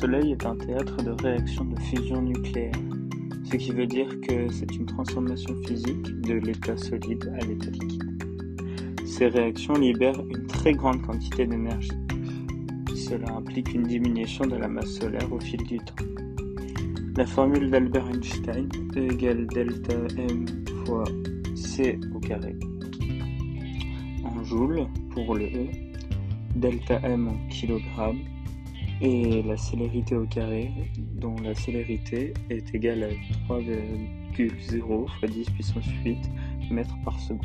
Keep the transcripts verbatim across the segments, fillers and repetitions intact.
Soleil est un théâtre de réaction de fusion nucléaire, ce qui veut dire que c'est une transformation physique de l'état solide à l'état liquide. Ces réactions libèrent une très grande quantité d'énergie. Cela implique une diminution de la masse solaire au fil du temps. La formule d'Albert Einstein, E égale delta M fois C au carré, en joules pour le E, delta M en kilogrammes, et la célérité au carré, dont la célérité est égale à trois virgule zéro fois dix puissance huit mètres par seconde.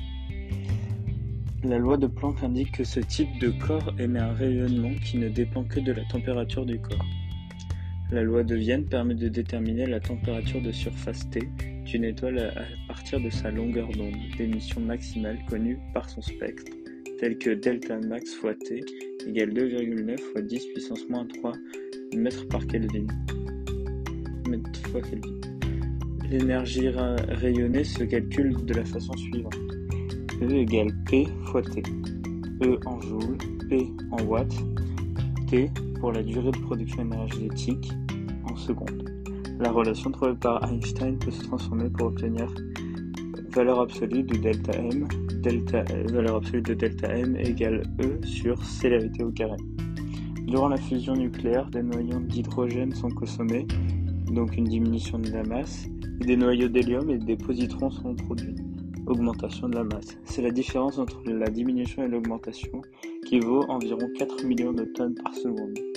La loi de Planck indique que ce type de corps émet un rayonnement qui ne dépend que de la température du corps. La loi de Vienne permet de déterminer la température de surface T d'une étoile à partir de sa longueur d'onde d'émission maximale connue par son spectre, tel que delta max fois T égale deux virgule neuf fois dix puissance moins trois mètres par Kelvin. Mètres fois Kelvin. L'énergie ra- rayonnée se calcule de la façon suivante. E égale P fois T. E en joules, P en watts, T pour la durée de production énergétique en secondes. La relation trouvée par Einstein peut se transformer pour obtenir valeur absolue de delta M. Delta, valeur absolue de delta M égale E sur célérité au carré. Durant la fusion nucléaire, des noyaux d'hydrogène sont consommés, donc une diminution de la masse, et des noyaux d'hélium et des positrons sont produits, augmentation de la masse. C'est la différence entre la diminution et l'augmentation qui vaut environ quatre millions de tonnes par seconde.